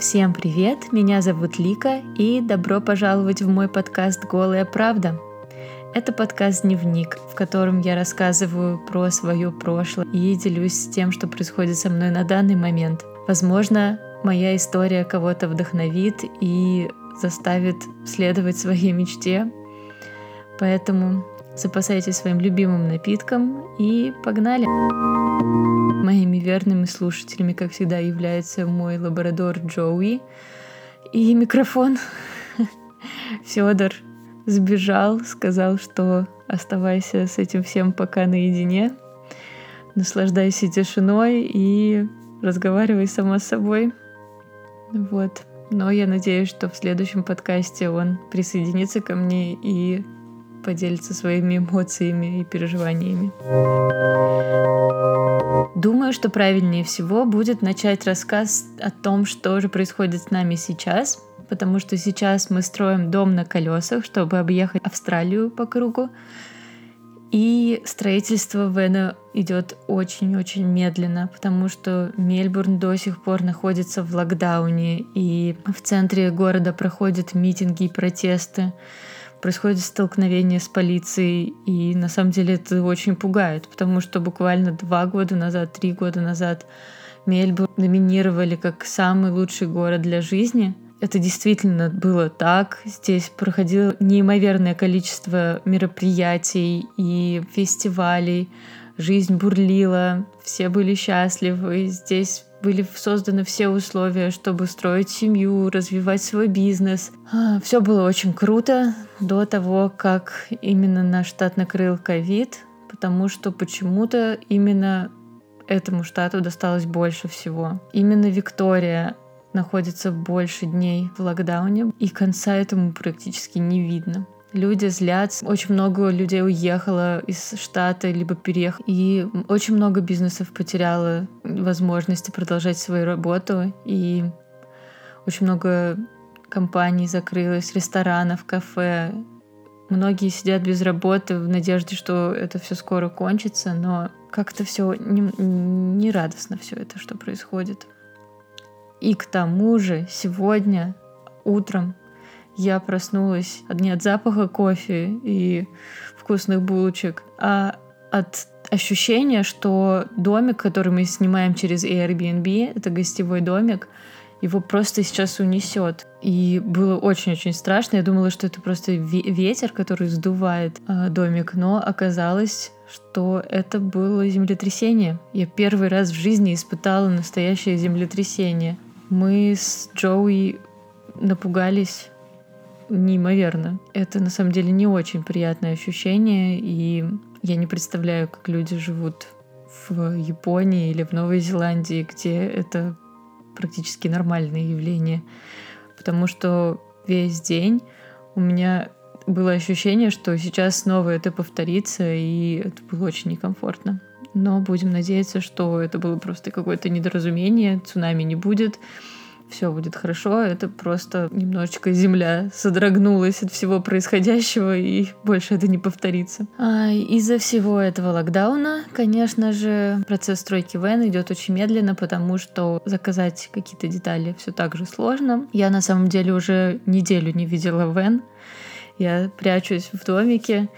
Всем привет, меня зовут Лика, и добро пожаловать в мой подкаст «Голая правда». Это подкаст-дневник, в котором я рассказываю про свое прошлое и делюсь тем, что происходит со мной на данный момент. Возможно, моя история кого-то вдохновит и заставит следовать своей мечте. Поэтому запасайтесь своим любимым напитком и погнали! Моими верными слушателями, как всегда, является мой лабрадор Джоуи и микрофон. Фёдор сбежал, сказал, что оставайся с этим всем пока наедине, наслаждайся тишиной и разговаривай сама с собой. Вот. Но я надеюсь, что в следующем подкасте он присоединится ко мне и поделится своими эмоциями и переживаниями. Думаю, что правильнее всего будет начать рассказ о том, что же происходит с нами сейчас, потому что сейчас мы строим дом на колесах, чтобы объехать Австралию по кругу. И строительство вэна идет очень-очень медленно, потому что Мельбурн до сих пор находится в локдауне, и в центре города проходят митинги и протесты, происходит столкновение с полицией, и на самом деле это очень пугает, потому что буквально 3 года назад Мельбурн номинировали как самый лучший город для жизни. Это действительно было так. Здесь проходило неимоверное количество мероприятий и фестивалей. Жизнь бурлила, все были счастливы. Здесь были созданы все условия, чтобы строить семью, развивать свой бизнес. Все было очень круто до того, как именно наш штат накрыл ковид, потому что почему-то именно этому штату досталось больше всего. Именно Виктория находится больше дней в локдауне, и конца этому практически не видно. Люди злятся, очень много людей уехало из штата, либо переехало, и очень много бизнесов потеряло возможности продолжать свою работу, и очень много компаний закрылось, ресторанов, кафе. Многие сидят без работы в надежде, что это все скоро кончится, но как-то все не радостно все это, что происходит. И к тому же сегодня утром я проснулась не от запаха кофе и вкусных булочек, а от ощущения, что домик, который мы снимаем через Airbnb, это гостевой домик, его просто сейчас унесет. И было очень-очень страшно. Я думала, что это просто ветер, который сдувает домик, но оказалось, что это было землетрясение. Я первый раз в жизни испытала настоящее землетрясение. Мы с Джоуи напугались неимоверно. Это на самом деле не очень приятное ощущение, и я не представляю, как люди живут в Японии или в Новой Зеландии, где это практически нормальное явление. Потому что весь день у меня было ощущение, что сейчас снова это повторится, и это было очень некомфортно. Но будем надеяться, что это было просто какое-то недоразумение, цунами не будет, все будет хорошо. Это просто немножечко земля содрогнулась от всего происходящего, и больше это не повторится. Из-за всего этого локдауна, конечно же, процесс стройки вэна идет очень медленно, потому что заказать какие-то детали все так же сложно. Я на самом деле уже неделю не видела вэн. Я прячусь в домике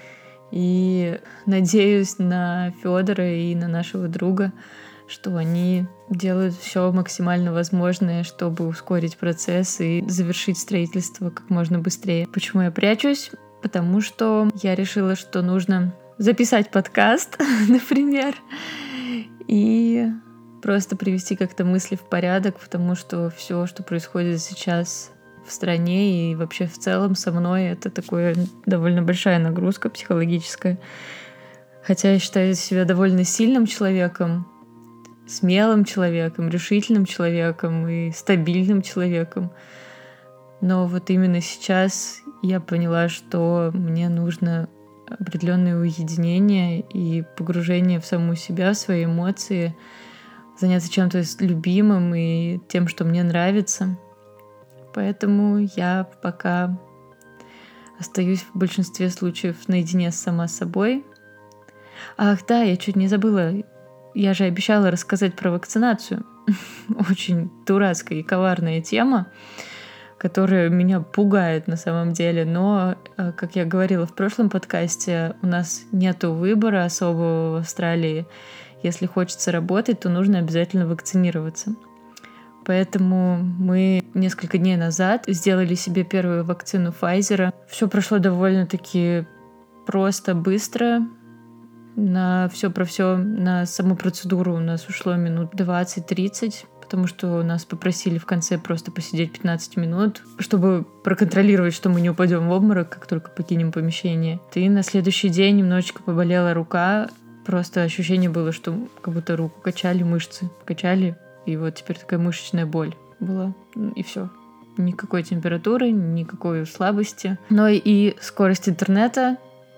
и надеюсь на Фёдора и на нашего друга, что они делают все максимально возможное, чтобы ускорить процесс и завершить строительство как можно быстрее. Почему я прячусь? Потому что я решила, что нужно записать подкаст, например, и просто привести как-то мысли в порядок, потому что все, что происходит сейчас в стране и вообще в целом со мной, это такая довольно большая нагрузка психологическая. Хотя я считаю себя довольно сильным человеком, смелым человеком, решительным человеком и стабильным человеком. Но вот именно сейчас я поняла, что мне нужно определенное уединение и погружение в саму себя, в свои эмоции, заняться чем-то любимым и тем, что мне нравится. Поэтому я пока остаюсь в большинстве случаев наедине сама с собой. Ах да, я чуть не забыла я же обещала рассказать про вакцинацию. Очень дурацкая и коварная тема, которая меня пугает на самом деле. Но, как я говорила в прошлом подкасте, у нас нету выбора особого в Австралии. Если хочется работать, то нужно обязательно вакцинироваться. Поэтому мы несколько дней назад сделали себе первую вакцину Pfizer. Все прошло довольно-таки просто, быстро. На все про все, на саму процедуру у нас ушло минут 20-30, потому что нас попросили в конце просто посидеть 15 минут, чтобы проконтролировать, что мы не упадем в обморок, как только покинем помещение. И на следующий день немножечко поболела рука. Просто ощущение было, что как будто руку качали, мышцы качали, и вот теперь такая мышечная боль была, и все. Никакой температуры, никакой слабости. Но и скорость интернета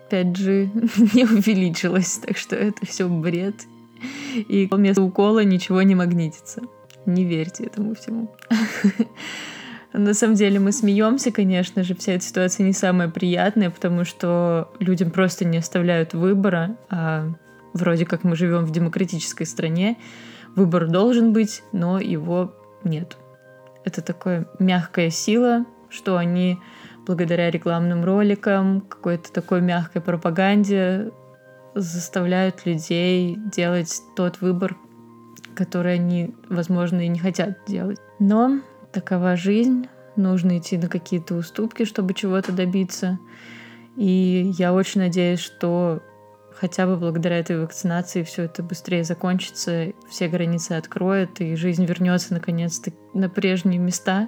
5G не увеличилась, так что это все бред. И вместо укола ничего не магнитится. Не верьте этому всему. На самом деле мы смеемся, конечно же, вся эта ситуация не самая приятная, потому что людям просто не оставляют выбора, а вроде как мы живем в демократической стране. Выбор должен быть, но его нет. Это такая мягкая сила, что они благодаря рекламным роликам, какой-то такой мягкой пропаганде заставляют людей делать тот выбор, который они, возможно, и не хотят делать. Но такова жизнь, нужно идти на какие-то уступки, чтобы чего-то добиться. И я очень надеюсь, что хотя бы благодаря этой вакцинации все это быстрее закончится, все границы откроют, и жизнь вернется наконец-то на прежние места.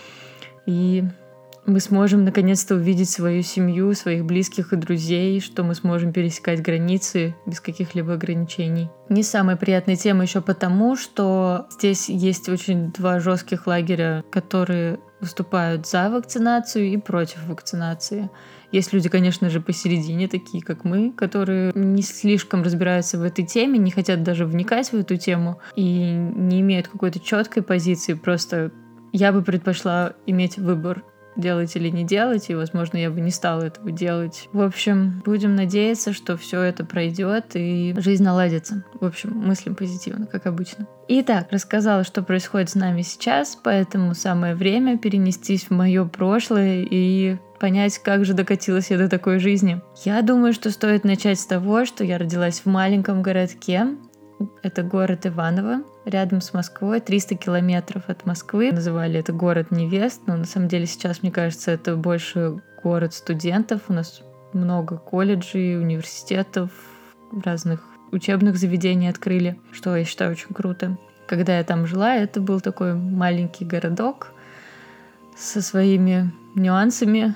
И мы сможем наконец-то увидеть свою семью, своих близких и друзей, что мы сможем пересекать границы без каких-либо ограничений. Не самая приятная тема еще потому, что здесь есть очень два жестких лагеря, которые выступают за вакцинацию и против вакцинации. Есть люди, конечно же, посередине, такие как мы, которые не слишком разбираются в этой теме, не хотят даже вникать в эту тему и не имеют какой-то четкой позиции. Просто я бы предпочла иметь выбор, делать или не делать, и, возможно, я бы не стала этого делать. В общем, будем надеяться, что все это пройдет и жизнь наладится. В общем, мыслим позитивно, как обычно. Итак, рассказала, что происходит с нами сейчас, поэтому самое время перенестись в мое прошлое и понять, как же докатилась я до такой жизни. Я думаю, что стоит начать с того, что я родилась в маленьком городке. Это город Иваново, рядом с Москвой, 300 километров от Москвы. Называли это город невест, но на самом деле сейчас, мне кажется, это больше город студентов. У нас много колледжей, университетов, разных учебных заведений открыли, что я считаю очень круто. Когда я там жила, это был такой маленький городок со своими нюансами.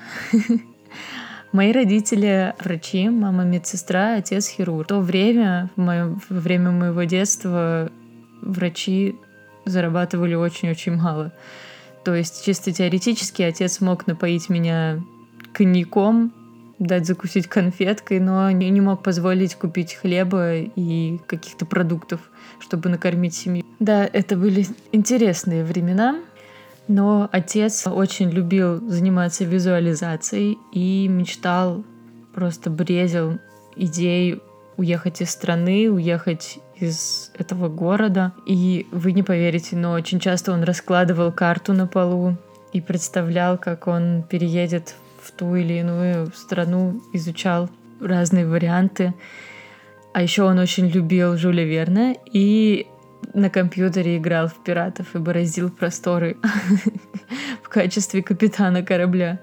Мои родители врачи, мама медсестра, отец хирург. В то время, во время моего детства, врачи зарабатывали очень-очень мало. То есть чисто теоретически отец мог напоить меня коньяком, дать закусить конфеткой, но не мог позволить купить хлеба и каких-то продуктов, чтобы накормить семью. Да, это были интересные времена. Но отец очень любил заниматься визуализацией и мечтал, просто бредил идеей уехать из страны, уехать из этого города. И вы не поверите, но очень часто он раскладывал карту на полу и представлял, как он переедет в ту или иную страну, изучал разные варианты. А еще он очень любил Жюля Верна и на компьютере играл в пиратов и бороздил просторы в качестве капитана корабля.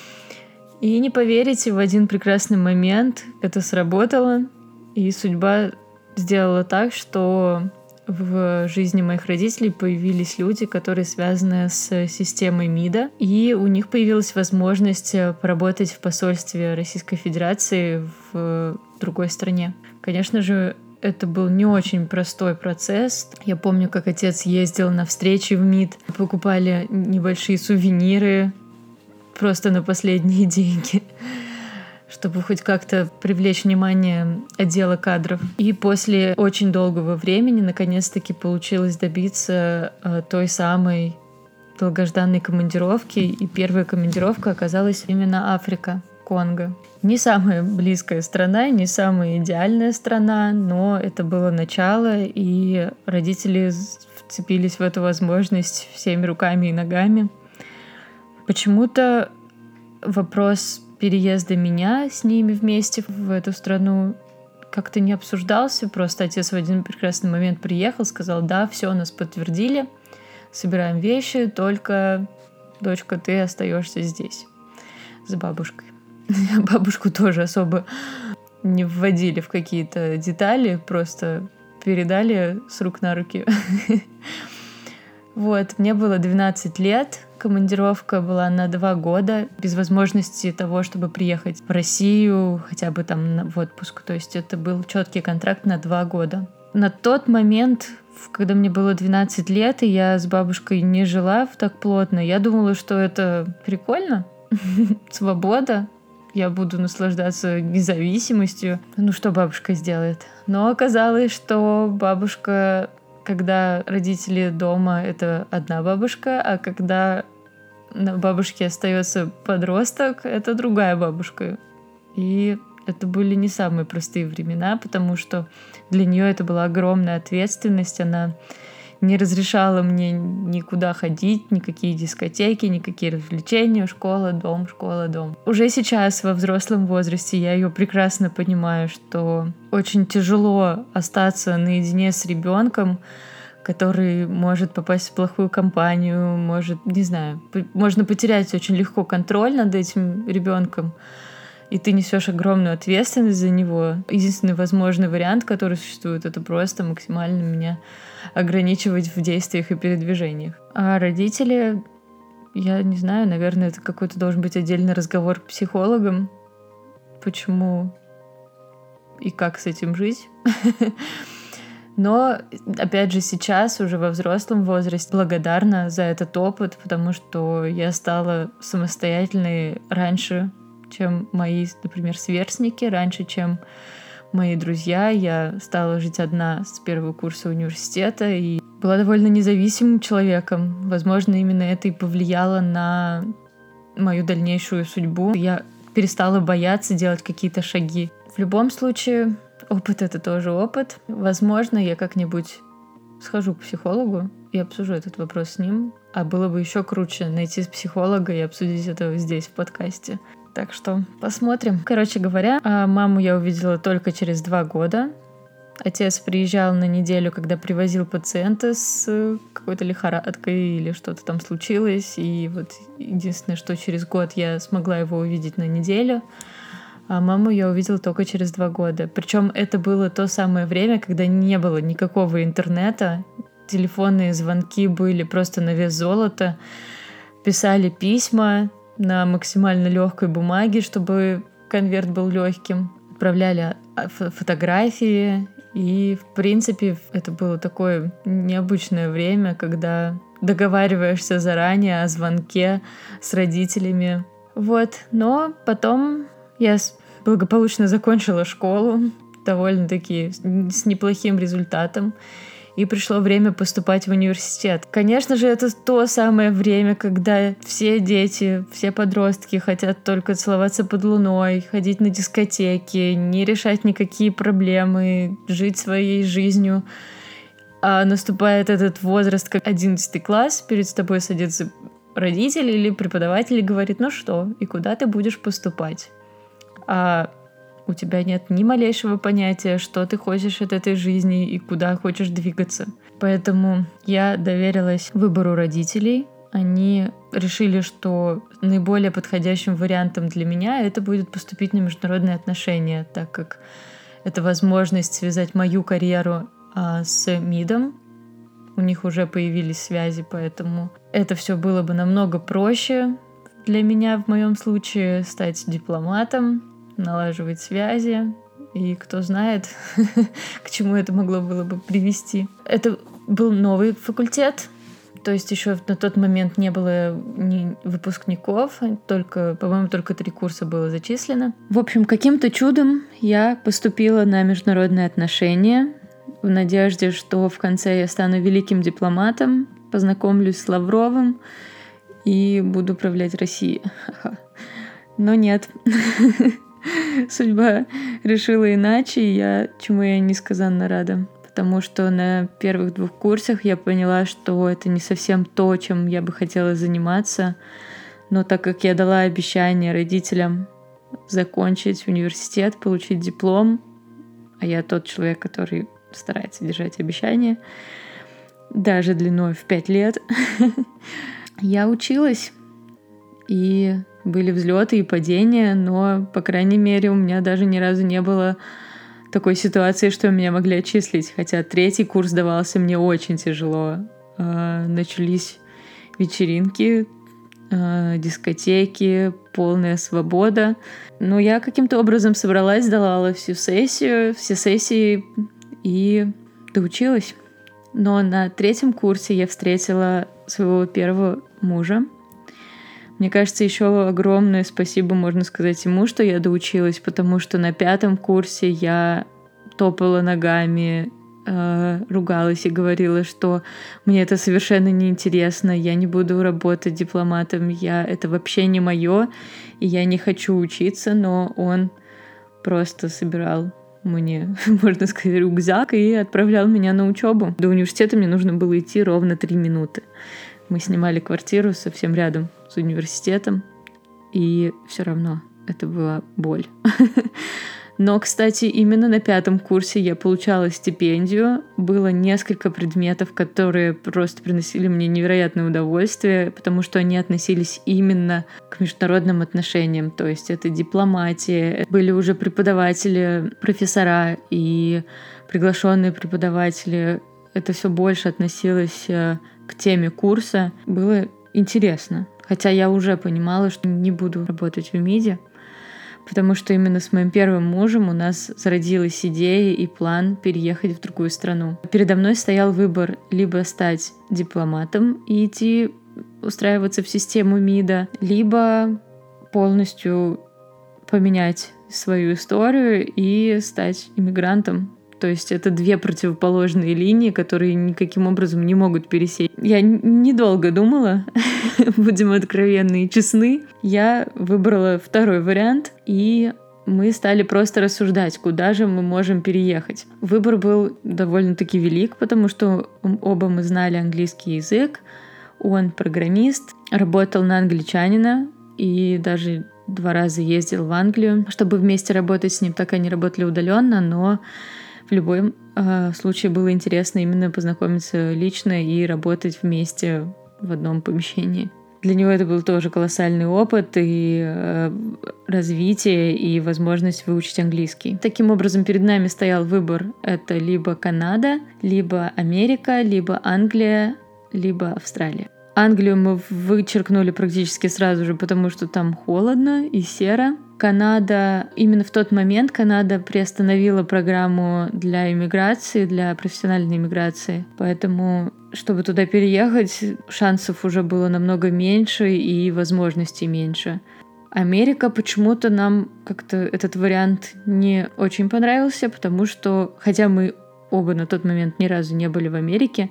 И не поверите, в один прекрасный момент это сработало, и судьба сделала так, что в жизни моих родителей появились люди, которые связаны с системой МИДа, и у них появилась возможность поработать в посольстве Российской Федерации в другой стране. Конечно же, это был не очень простой процесс. Я помню, как отец ездил на встречи в МИД, покупали небольшие сувениры просто на последние деньги, чтобы хоть как-то привлечь внимание отдела кадров. И после очень долгого времени наконец-таки получилось добиться той самой долгожданной командировки. И первая командировка оказалась именно Африка. Конго. Не самая близкая страна, не самая идеальная страна, но это было начало, и родители вцепились в эту возможность всеми руками и ногами. Почему-то вопрос переезда меня с ними вместе в эту страну как-то не обсуждался. Просто отец в один прекрасный момент приехал, сказал: да, все, нас подтвердили, собираем вещи, только, дочка, ты остаешься здесь с бабушкой. Бабушку тоже особо не вводили в какие-то детали, просто передали с рук на руки. Вот, мне было 12 лет, командировка была на 2 года, без возможности того, чтобы приехать в Россию, хотя бы там в отпуск. То есть это был четкий контракт на 2 года. На тот момент, когда мне было 12 лет, и я с бабушкой не жила так плотно, я думала, что это прикольно, свобода, я буду наслаждаться независимостью. Ну, что бабушка сделает? Но оказалось, что бабушка, когда родители дома, это одна бабушка, а когда на бабушке остается подросток, это другая бабушка. И это были не самые простые времена, потому что для нее это была огромная ответственность. Она не разрешала мне никуда ходить, никакие дискотеки, никакие развлечения, школа, дом, школа, дом. Уже сейчас, во взрослом возрасте, я ее прекрасно понимаю, что очень тяжело остаться наедине с ребенком, который может попасть в плохую компанию, может, не знаю, можно потерять очень легко контроль над этим ребенком, и ты несешь огромную ответственность за него. Единственный возможный вариант, который существует, это просто максимально меня ограничивать в действиях и передвижениях. А родители, я не знаю, наверное, это какой-то должен быть отдельный разговор к психологам, почему и как с этим жить. Но, опять же, сейчас, уже во взрослом возрасте, благодарна за этот опыт, потому что я стала самостоятельной раньше, чем мои, например, сверстники, раньше, чем мои друзья. Я стала жить одна с первого курса университета и была довольно независимым человеком. Возможно, именно это и повлияло на мою дальнейшую судьбу. Я перестала бояться делать какие-то шаги. В любом случае, опыт — это тоже опыт. Возможно, я как-нибудь схожу к психологу и обсужу этот вопрос с ним. А было бы еще круче найти психолога и обсудить это здесь, в подкасте. Так что посмотрим. Короче говоря, маму я увидела только через 2 года. Отец приезжал на неделю, когда привозил пациента с какой-то лихорадкой или что-то там случилось. И вот единственное, что через год я смогла его увидеть на неделю. А маму я увидела только через 2 года. Причем это было то самое время, когда не было никакого интернета. Телефонные звонки были просто на вес золота. Писали письма на максимально легкой бумаге, чтобы конверт был легким. Отправляли фотографии. И, в принципе, это было такое необычное время, когда договариваешься заранее о звонке с родителями. Вот. Но потом я благополучно закончила школу, довольно-таки с неплохим результатом. И пришло время поступать в университет. Конечно же, это то самое время, когда все дети, все подростки хотят только целоваться под луной, ходить на дискотеки, не решать никакие проблемы, жить своей жизнью. А наступает этот возраст, как 11 класс, перед тобой садится родитель или преподаватель и говорит: ну что, и куда ты будешь поступать? А у тебя нет ни малейшего понятия, что ты хочешь от этой жизни и куда хочешь двигаться. Поэтому я доверилась выбору родителей. Они решили, что наиболее подходящим вариантом для меня это будет поступить на международные отношения, так как это возможность связать мою карьеру с МИДом. У них уже появились связи, поэтому это все было бы намного проще для меня в моем случае стать дипломатом, налаживать связи, и кто знает, к чему это могло было бы привести. Это был новый факультет, то есть еще на тот момент не было выпускников, по-моему, только 3 курса было зачислено. В общем, каким-то чудом я поступила на международные отношения в надежде, что в конце я стану великим дипломатом, познакомлюсь с Лавровым и буду управлять Россией. Но нет. Судьба решила иначе, и чему я несказанно рада. Потому что на первых 2 курсах я поняла, что это не совсем то, чем я бы хотела заниматься. Но так как я дала обещание родителям закончить университет, получить диплом, а я тот человек, который старается держать обещания, даже длиной в 5 лет, я училась. И были взлеты и падения, но, по крайней мере, у меня даже ни разу не было такой ситуации, что меня могли отчислить. Хотя 3 курс давался мне очень тяжело. Начались вечеринки, дискотеки, полная свобода. Но я каким-то образом собралась, сдавала все сессии и доучилась. Но на 3 курсе я встретила своего первого мужа. Мне кажется, еще огромное спасибо можно сказать ему, что я доучилась, потому что на 5 курсе я топала ногами, ругалась и говорила, что мне это совершенно неинтересно, я не буду работать дипломатом, это вообще не мое, и я не хочу учиться, но он просто собирал мне, можно сказать, рюкзак и отправлял меня на учебу. До университета мне нужно было идти ровно 3 минуты. Мы снимали квартиру совсем рядом с университетом, и все равно это была боль. Но, кстати, именно на 5 курсе я получала стипендию. Было несколько предметов, которые просто приносили мне невероятное удовольствие, потому что они относились именно к международным отношениям. То есть это дипломатия. Были уже преподаватели, профессора и приглашенные преподаватели. Это все больше относилось к теме курса. Было интересно. Хотя я уже понимала, что не буду работать в МИДе, потому что именно с моим первым мужем у нас зародилась идея и план переехать в другую страну. Передо мной стоял выбор либо стать дипломатом и идти устраиваться в систему МИДа, либо полностью поменять свою историю и стать иммигрантом. То есть это 2 противоположные линии, которые никаким образом не могут пересечь. Я недолго думала, будем откровенны и честны. Я выбрала 2 вариант, и мы стали просто рассуждать, куда же мы можем переехать. Выбор был довольно-таки велик, потому что оба мы знали английский язык. Он программист, работал на англичанина и даже 2 раза ездил в Англию, чтобы вместе работать с ним. Так они работали удаленно, но в любом случае было интересно именно познакомиться лично и работать вместе в одном помещении. Для него это был тоже колоссальный опыт и развитие, и возможность выучить английский. Таким образом, перед нами стоял выбор. Это либо Канада, либо Америка, либо Англия, либо Австралия. Англию мы вычеркнули практически сразу же, потому что там холодно и серо. Канада, именно в тот момент Канада приостановила программу для иммиграции, для профессиональной иммиграции. Поэтому, чтобы туда переехать, шансов уже было намного меньше и возможностей меньше. Америка почему-то нам как-то этот вариант не очень понравился, потому что, хотя мы оба на тот момент ни разу не были в Америке,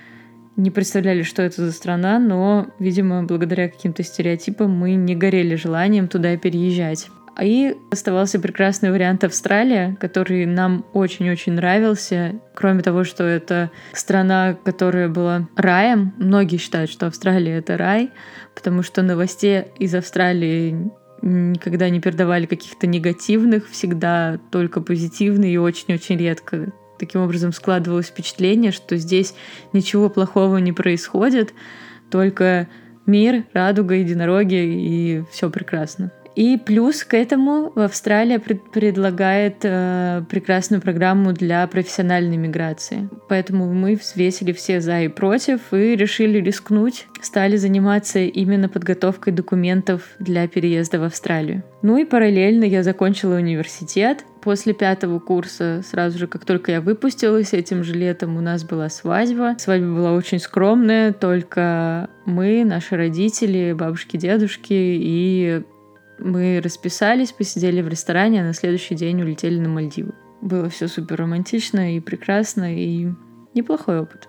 не представляли, что это за страна, но, видимо, благодаря каким-то стереотипам мы не горели желанием туда переезжать. И оставался прекрасный вариант Австралия, который нам очень-очень нравился. Кроме того, что это страна, которая была раем. Многие считают, что Австралия — это рай, потому что новостей из Австралии никогда не передавали каких-то негативных, всегда только позитивные и очень-очень редко. Таким образом складывалось впечатление, что здесь ничего плохого не происходит, только мир, радуга, единороги и все прекрасно. И плюс к этому Австралия предлагает прекрасную программу для профессиональной миграции. Поэтому мы взвесили все за и против и решили рискнуть. Стали заниматься именно подготовкой документов для переезда в Австралию. Ну и параллельно я закончила университет. После 5 курса, сразу же, как только я выпустилась, этим же летом у нас была свадьба. Свадьба была очень скромная, только мы, наши родители, бабушки, дедушки, и мы расписались, посидели в ресторане, а на следующий день улетели на Мальдивы. Было все супер романтично и прекрасно, и неплохой опыт.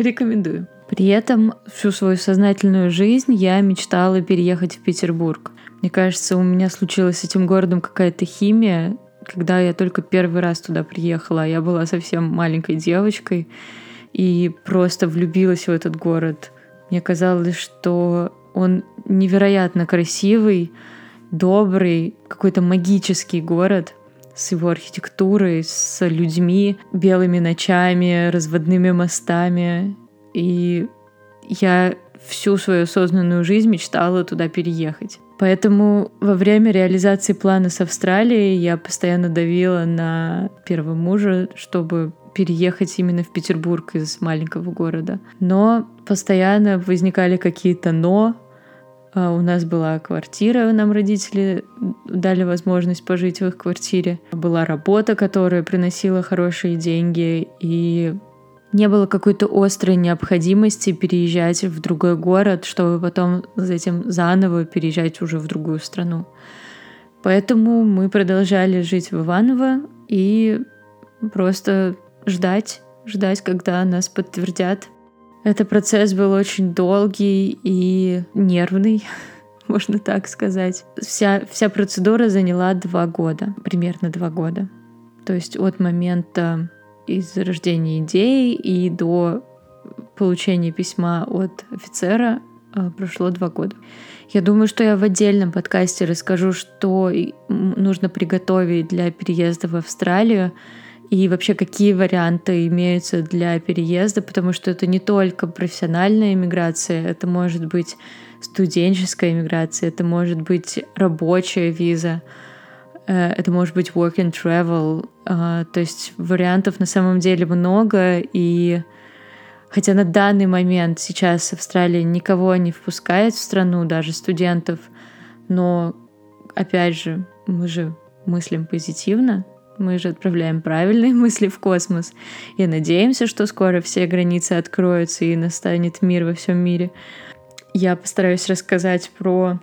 Рекомендую. При этом всю свою сознательную жизнь я мечтала переехать в Петербург. Мне кажется, у меня случилась с этим городом какая-то химия, когда я только первый раз туда приехала. Я была совсем маленькой девочкой и просто влюбилась в этот город. Мне казалось, что он невероятно красивый, добрый, какой-то магический город с его архитектурой, с людьми, белыми ночами, разводными мостами. И я всю свою осознанную жизнь мечтала туда переехать. Поэтому во время реализации плана с Австралией я постоянно давила на первого мужа, чтобы переехать именно в Петербург из маленького города. Но постоянно возникали какие-то «но». У нас была квартира, нам родители дали возможность пожить в их квартире. Была работа, которая приносила хорошие деньги, и не было какой-то острой необходимости переезжать в другой город, чтобы потом затем заново переезжать уже в другую страну. Поэтому мы продолжали жить в Иваново и просто ждать, когда нас подтвердят. Этот процесс был очень долгий и нервный, можно так сказать. Вся процедура заняла 2 года, примерно 2 года. То есть от момента из рождения идеи и до получения письма от офицера прошло 2 года. Я думаю, что я в отдельном подкасте расскажу, что нужно приготовить для переезда в Австралию и вообще какие варианты имеются для переезда, потому что это не только профессиональная иммиграция, это может быть студенческая иммиграция, это может быть рабочая виза, это может быть work and travel. То есть вариантов на самом деле много, и хотя на данный момент сейчас Австралия никого не впускает в страну, даже студентов, но опять же, мы же мыслим позитивно, мы же отправляем правильные мысли в космос и надеемся, что скоро все границы откроются и настанет мир во всем мире. Я постараюсь рассказать про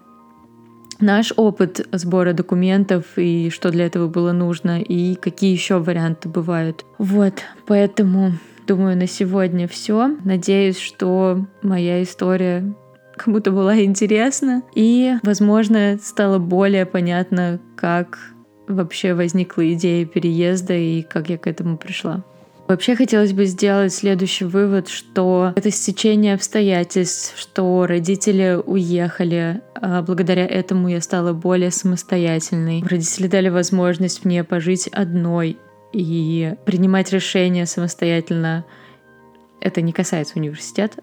наш опыт сбора документов и что для этого было нужно, и какие еще варианты бывают. Вот, поэтому, думаю, на сегодня все. Надеюсь, что моя история кому-то была интересна и, возможно, стало более понятно, как вообще возникла идея переезда и как я к этому пришла. Вообще хотелось бы сделать следующий вывод, что это стечение обстоятельств, что родители уехали, а благодаря этому я стала более самостоятельной. Родители дали возможность мне пожить одной и принимать решения самостоятельно. Это не касается университета,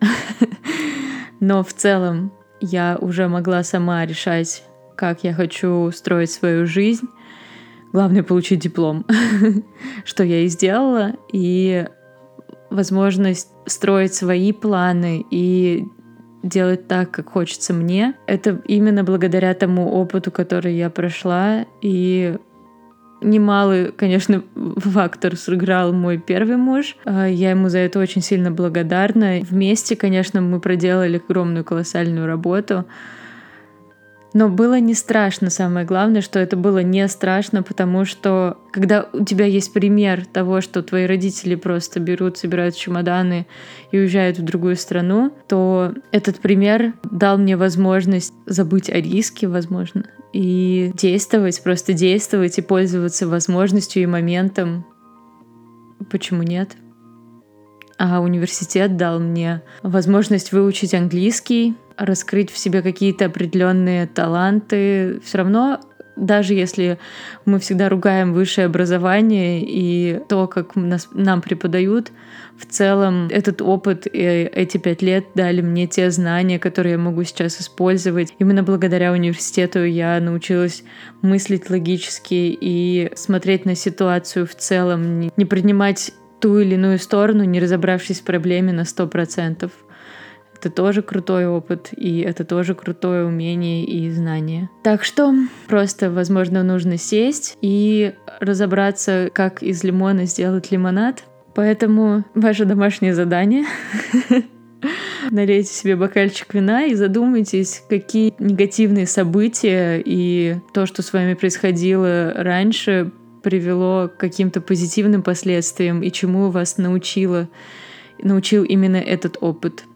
но в целом я уже могла сама решать, как я хочу строить свою жизнь. Главное — получить диплом, что я и сделала, и возможность строить свои планы и делать так, как хочется мне. Это именно благодаря тому опыту, который я прошла, и немалый, конечно, фактор сыграл мой первый муж. Я ему за это очень сильно благодарна. Вместе, конечно, мы проделали огромную колоссальную работу. Но было не страшно, самое главное, что это было не страшно, потому что когда у тебя есть пример того, что твои родители просто берут, собирают чемоданы и уезжают в другую страну, то этот пример дал мне возможность забыть о риске, возможно, и действовать, просто действовать и пользоваться возможностью и моментом. Почему нет? А университет дал мне возможность выучить английский, раскрыть в себе какие-то определенные таланты. Все равно, даже если мы всегда ругаем высшее образование и то, как нам преподают, в целом этот опыт и эти 5 лет дали мне те знания, которые я могу сейчас использовать. Именно благодаря университету я научилась мыслить логически и смотреть на ситуацию в целом, не принимать ту или иную сторону, не разобравшись в проблеме на 100%. Это тоже крутой опыт, и это тоже крутое умение и знание. Так что просто, возможно, нужно сесть и разобраться, как из лимона сделать лимонад. Поэтому ваше домашнее задание — налейте себе бокальчик вина и задумайтесь, какие негативные события и то, что с вами происходило раньше, привело к каким-то позитивным последствиям и чему вас научил именно этот опыт.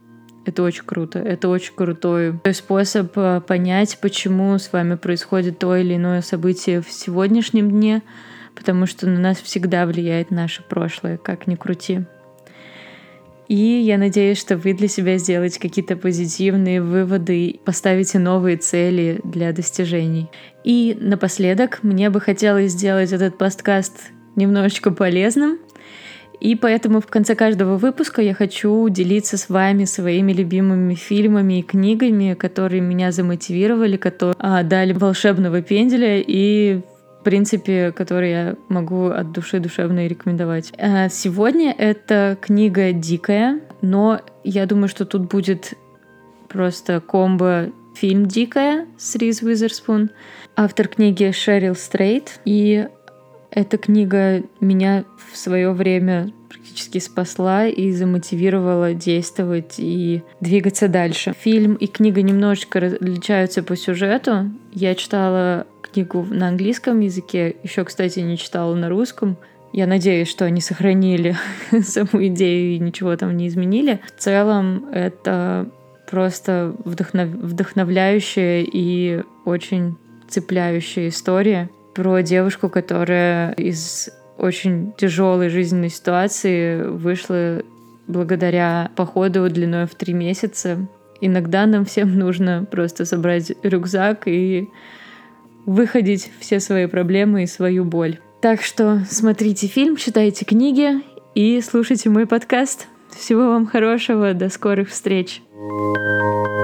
Это очень круто. Это очень крутой способ понять, почему с вами происходит то или иное событие в сегодняшнем дне, потому что на нас всегда влияет наше прошлое, как ни крути. И я надеюсь, что вы для себя сделаете какие-то позитивные выводы, поставите новые цели для достижений. И напоследок мне бы хотелось сделать этот подкаст немножечко полезным. И поэтому в конце каждого выпуска я хочу делиться с вами своими любимыми фильмами и книгами, которые меня замотивировали, которые дали волшебного пенделя и, в принципе, которые я могу от души душевно рекомендовать. Сегодня это книга «Дикая», но я думаю, что тут будет просто комбо фильм «Дикая» с Риз Уизерспун. Автор книги Шерил Стрейт. И эта книга меня в свое время практически спасла и замотивировала действовать и двигаться дальше. Фильм и книга немножечко различаются по сюжету. Я читала книгу на английском языке, еще, кстати, не читала на русском. Я надеюсь, что они сохранили саму идею и ничего там не изменили. В целом, это просто вдохновляющая и очень цепляющая история про девушку, которая из очень тяжелой жизненной ситуации вышла благодаря походу длиной в 3 месяца. Иногда нам всем нужно просто собрать рюкзак и выходить все свои проблемы и свою боль. Так что смотрите фильм, читайте книги и слушайте мой подкаст. Всего вам хорошего, до скорых встреч!